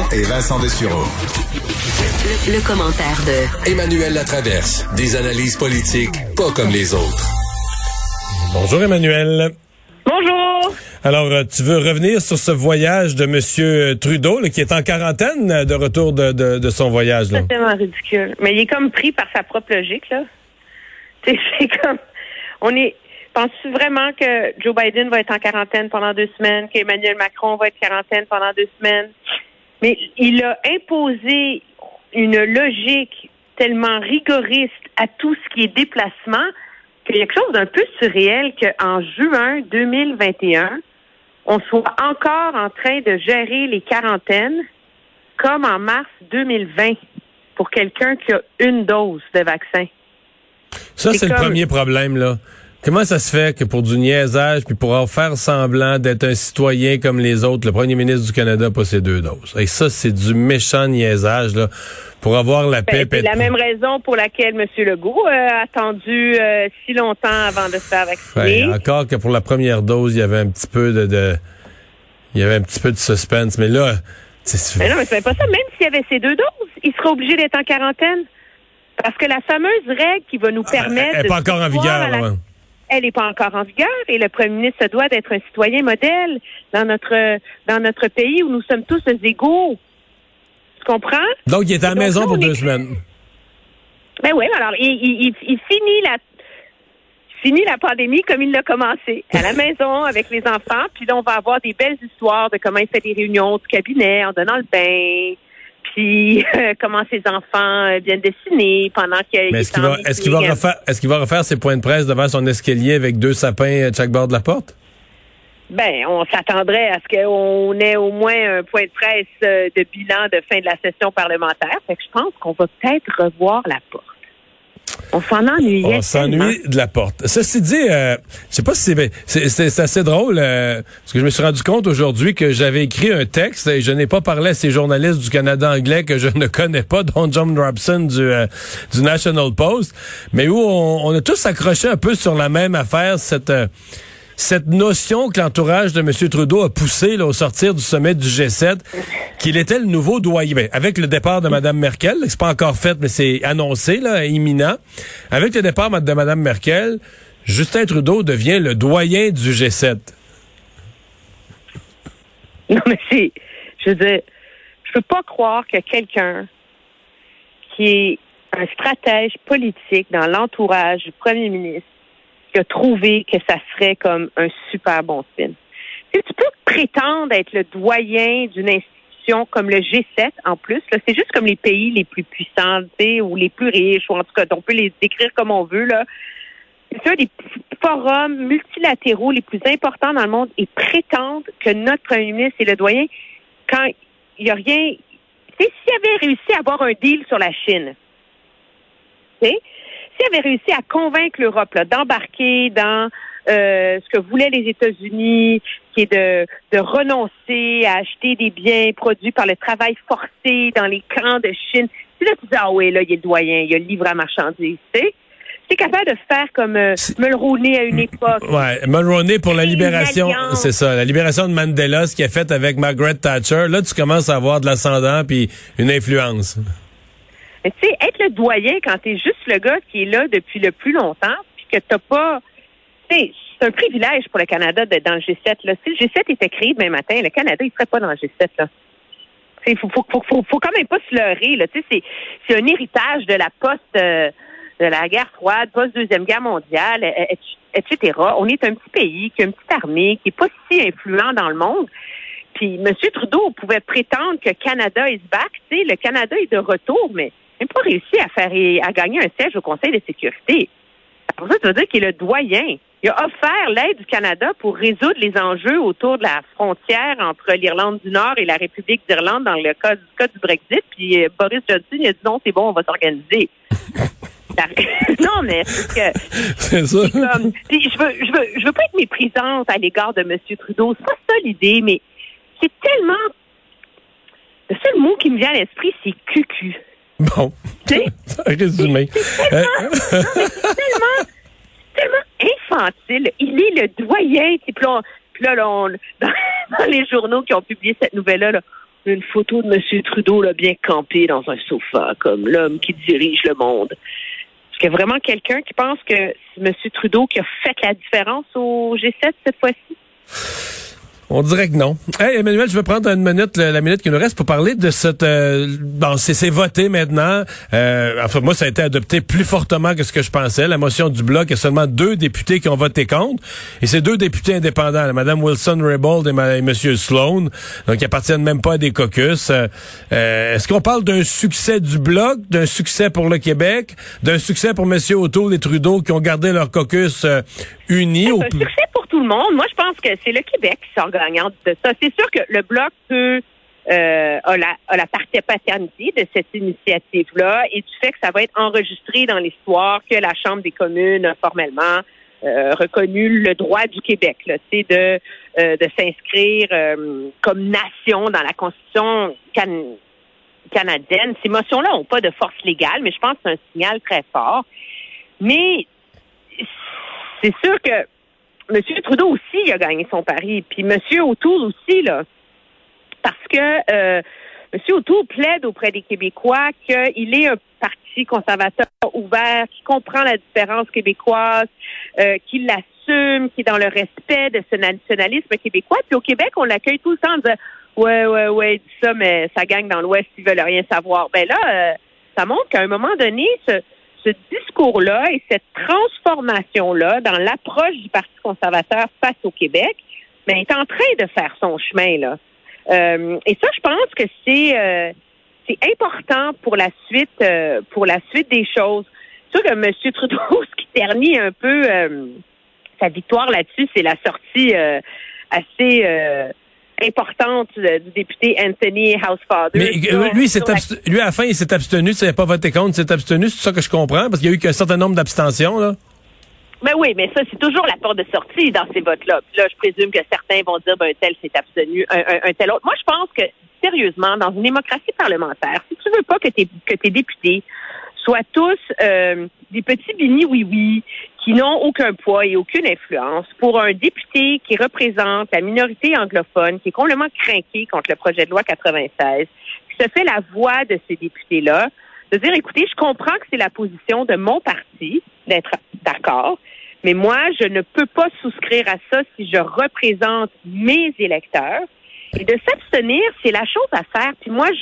et Vincent Dessureau. Le commentaire de Emmanuel Latraverse. Des analyses politiques pas comme les autres. Bonjour Emmanuel. Bonjour. Alors, tu veux revenir sur ce voyage de M. Trudeau, là, qui est en quarantaine de retour de son voyage, là? C'est tellement ridicule. Mais il est comme pris par sa propre logique, là. C'est comme... Penses-tu vraiment que Joe Biden va être en quarantaine pendant 2 semaines, qu'Emmanuel Macron va être en quarantaine pendant 2 semaines? Mais il a imposé une logique tellement rigoriste à tout ce qui est déplacement qu'il y a quelque chose d'un peu surréel qu'en juin 2021, on soit encore en train de gérer les quarantaines comme en mars 2020 pour quelqu'un qui a 1 dose de vaccin. Ça, c'est le premier problème, là. Comment ça se fait que pour du niaisage, puis pour faire semblant d'être un citoyen comme les autres, le premier ministre du Canada n'a pas ses 2 doses? Et ça, c'est du méchant niaisage, là, pour avoir la paix. C'est la même raison pour laquelle M. Legault a attendu si longtemps avant de se faire vacciner. Encore que pour la première dose, il y avait un petit peu il y avait un petit peu de suspense, mais là... Mais non, mais c'est pas ça. Même s'il y avait ces 2 doses, il serait obligé d'être en quarantaine. Parce que la fameuse règle qui va nous permettre... Elle n'est pas encore en vigueur, Elle n'est pas encore en vigueur et le premier ministre se doit d'être un citoyen modèle dans notre pays où nous sommes tous égaux. Tu comprends? Donc, il est à la maison pour 2 semaines. Ben oui, alors, il finit la pandémie comme il l'a commencé, à la maison, avec les enfants. Puis là, on va avoir des belles histoires de comment il fait des réunions du cabinet en donnant le bain. Puis comment ses enfants viennent dessiner pendant qu'il Mais est-ce qu'il va refaire ses points de presse devant son escalier avec 2 sapins à chaque bord de la porte? Ben, on s'attendrait à ce qu'on ait au moins un point de presse de bilan de fin de la session parlementaire. Fait que je pense qu'on va peut-être revoir la porte. On s'en ennuyait. On s'ennuie de la porte. Ceci dit, je sais pas si c'est assez drôle, parce que je me suis rendu compte aujourd'hui que j'avais écrit un texte et je n'ai pas parlé à ces journalistes du Canada anglais que je ne connais pas, dont John Robson du National Post, mais où on a tous accroché un peu sur la même affaire, cette notion que l'entourage de M. Trudeau a poussée là, au sortir du sommet du G7, qu'il était le nouveau doyen. Ben, avec le départ de Mme Merkel, c'est pas encore fait, mais c'est annoncé, là, imminent. Avec le départ de Mme Merkel, Justin Trudeau devient le doyen du G7. Non, mais je veux dire, je peux pas croire que quelqu'un qui est un stratège politique dans l'entourage du premier ministre qui a trouvé que ça serait comme un super bon film. Tu peux prétendre être le doyen d'une institution comme le G7 en plus. Là, c'est juste comme les pays les plus puissants, ou les plus riches, ou en tout cas, on peut les décrire comme on veut. Là. C'est un des forums multilatéraux les plus importants dans le monde et prétendre que notre premier ministre est le doyen quand il n'y a rien... Tu sais, s'il avait réussi à avoir un deal sur la Chine, tu sais, s'il avait réussi à convaincre l'Europe là, d'embarquer dans ce que voulaient les États-Unis, qui est de renoncer à acheter des biens produits par le travail forcé dans les camps de Chine, puis là, tu dis, ah oui, là, il est le doyen, il a le livre à marchandises, tu sais. C'est capable de faire comme Mulroney à une époque. Ouais, Mulroney pour la libération, c'est ça, la libération de Mandela, ce qu'il a fait avec Margaret Thatcher. Là, tu commences à avoir de l'ascendant puis une influence. Mais tu sais, être le doyen quand t'es juste le gars qui est là depuis le plus longtemps, puis que t'as pas... Tu sais, c'est un privilège pour le Canada d'être dans le G7. Là. Si le G7 était créé demain matin, le Canada, il serait pas dans le G7. Là. Il faut quand même pas se leurrer. Là. Tu sais, c'est un héritage de la de la guerre froide, post-Deuxième Guerre mondiale, etc. On est un petit pays qui a une petite armée, qui est pas si influent dans le monde. Puis M. Trudeau pouvait prétendre que Canada is back. Tu sais, le Canada est de retour, mais il n'a pas réussi à gagner un siège au Conseil de sécurité. Pour ça, ça veut dire qu'il est le doyen. Il a offert l'aide du Canada pour résoudre les enjeux autour de la frontière entre l'Irlande du Nord et la République d'Irlande dans le cas du Brexit. Puis Boris Johnson il a dit non, c'est bon, on va s'organiser. Non, mais c'est que... C'est ça. Puis je veux pas être méprisante à l'égard de M. Trudeau. C'est pas ça l'idée, mais c'est tellement... Le seul mot qui me vient à l'esprit, c'est cucu. Bon, résumé. C'est tellement infantile. Il est le doyen. Puis là, dans les journaux qui ont publié cette nouvelle-là, là, une photo de M. Trudeau là, bien campé dans un sofa, comme l'homme qui dirige le monde. Est-ce qu'il y a vraiment quelqu'un qui pense que c'est M. Trudeau qui a fait la différence au G7 cette fois-ci? On dirait que non. Hey, Emmanuel, je vais prendre une minute, la minute qui nous reste pour parler de cette... bon, c'est voté maintenant. Enfin, moi, ça a été adopté plus fortement que ce que je pensais. La motion du Bloc, il y a seulement 2 députés qui ont voté contre. Et c'est 2 députés indépendants, là, Mme Wilson-Raybould et M. Sloan. Donc, ils appartiennent même pas à des caucus. Est-ce qu'on parle d'un succès du Bloc, d'un succès pour le Québec, d'un succès pour M. O'Toole et Trudeau qui ont gardé leur caucus unis? C'est un succès pour tout le monde. Moi, je pense que c'est le Québec qui sort gagnant de ça. C'est sûr que le Bloc a la paternité de cette initiative-là et du fait que ça va être enregistré dans l'histoire que la Chambre des communes a formellement reconnu le droit du Québec, là, de s'inscrire comme nation dans la Constitution canadienne. Ces motions-là n'ont pas de force légale, mais je pense que c'est un signal très fort. Mais c'est sûr que M. Trudeau aussi a gagné son pari, puis M. O'Toole aussi, là, parce que M. O'Toole plaide auprès des Québécois qu'il est un parti conservateur ouvert, qui comprend la différence québécoise, qui l'assume, qui est dans le respect de ce nationalisme québécois. Puis au Québec, on l'accueille tout le temps en disant « Ouais, dis ça, mais ça gagne dans l'Ouest, ils veulent rien savoir. » Ben là, ça montre qu'à un moment donné, ce discours-là et cette transformation-là dans l'approche du Parti conservateur face au Québec, ben, est en train de faire son chemin, là. Et ça, je pense que c'est important pour la suite des choses. C'est sûr que M. Trudeau, ce qui ternit un peu sa victoire là-dessus, c'est la sortie assez importante du député Anthony Housefather. Mais lui, à la fin, il s'est abstenu. Il n'a pas voté contre, il s'est abstenu. C'est ça que je comprends, parce qu'il y a eu qu'un certain nombre d'abstentions, là. Ben oui, mais ça, c'est toujours la porte de sortie dans ces votes-là. Puis là, je présume que certains vont dire, un tel s'est abstenu, un tel autre. Moi, je pense que, sérieusement, dans une démocratie parlementaire, si tu veux pas que tes députés soient tous des petits bini oui-oui qui n'ont aucun poids et aucune influence, pour un député qui représente la minorité anglophone, qui est complètement crinqué contre le projet de loi 96, qui se fait la voix de ces députés-là, de dire, écoutez, je comprends que c'est la position de mon parti d'être d'accord, mais moi, je ne peux pas souscrire à ça si je représente mes électeurs. Et de s'abstenir, c'est la chose à faire. Puis moi,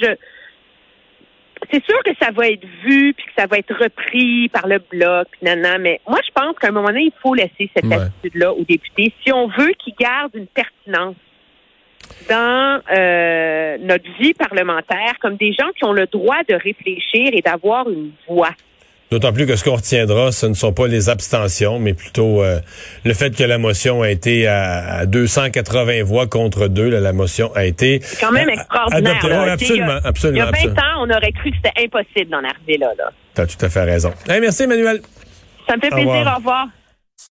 c'est sûr que ça va être vu, puis que ça va être repris par le Bloc, puis mais moi, je pense qu'à un moment donné, il faut laisser cette attitude-là aux députés si on veut qu'ils gardent une pertinence dans notre vie parlementaire comme des gens qui ont le droit de réfléchir et d'avoir une voix. D'autant plus que ce qu'on retiendra, ce ne sont pas les abstentions, mais plutôt le fait que la motion a été à 280 voix contre 2. Là, la motion a été... C'est quand même extraordinaire. Là. Absolument. Il y a 20 ans, on aurait cru que c'était impossible d'en arriver là. Tu as tout à fait raison. Hey, merci, Emmanuel. Ça me fait plaisir. Au revoir.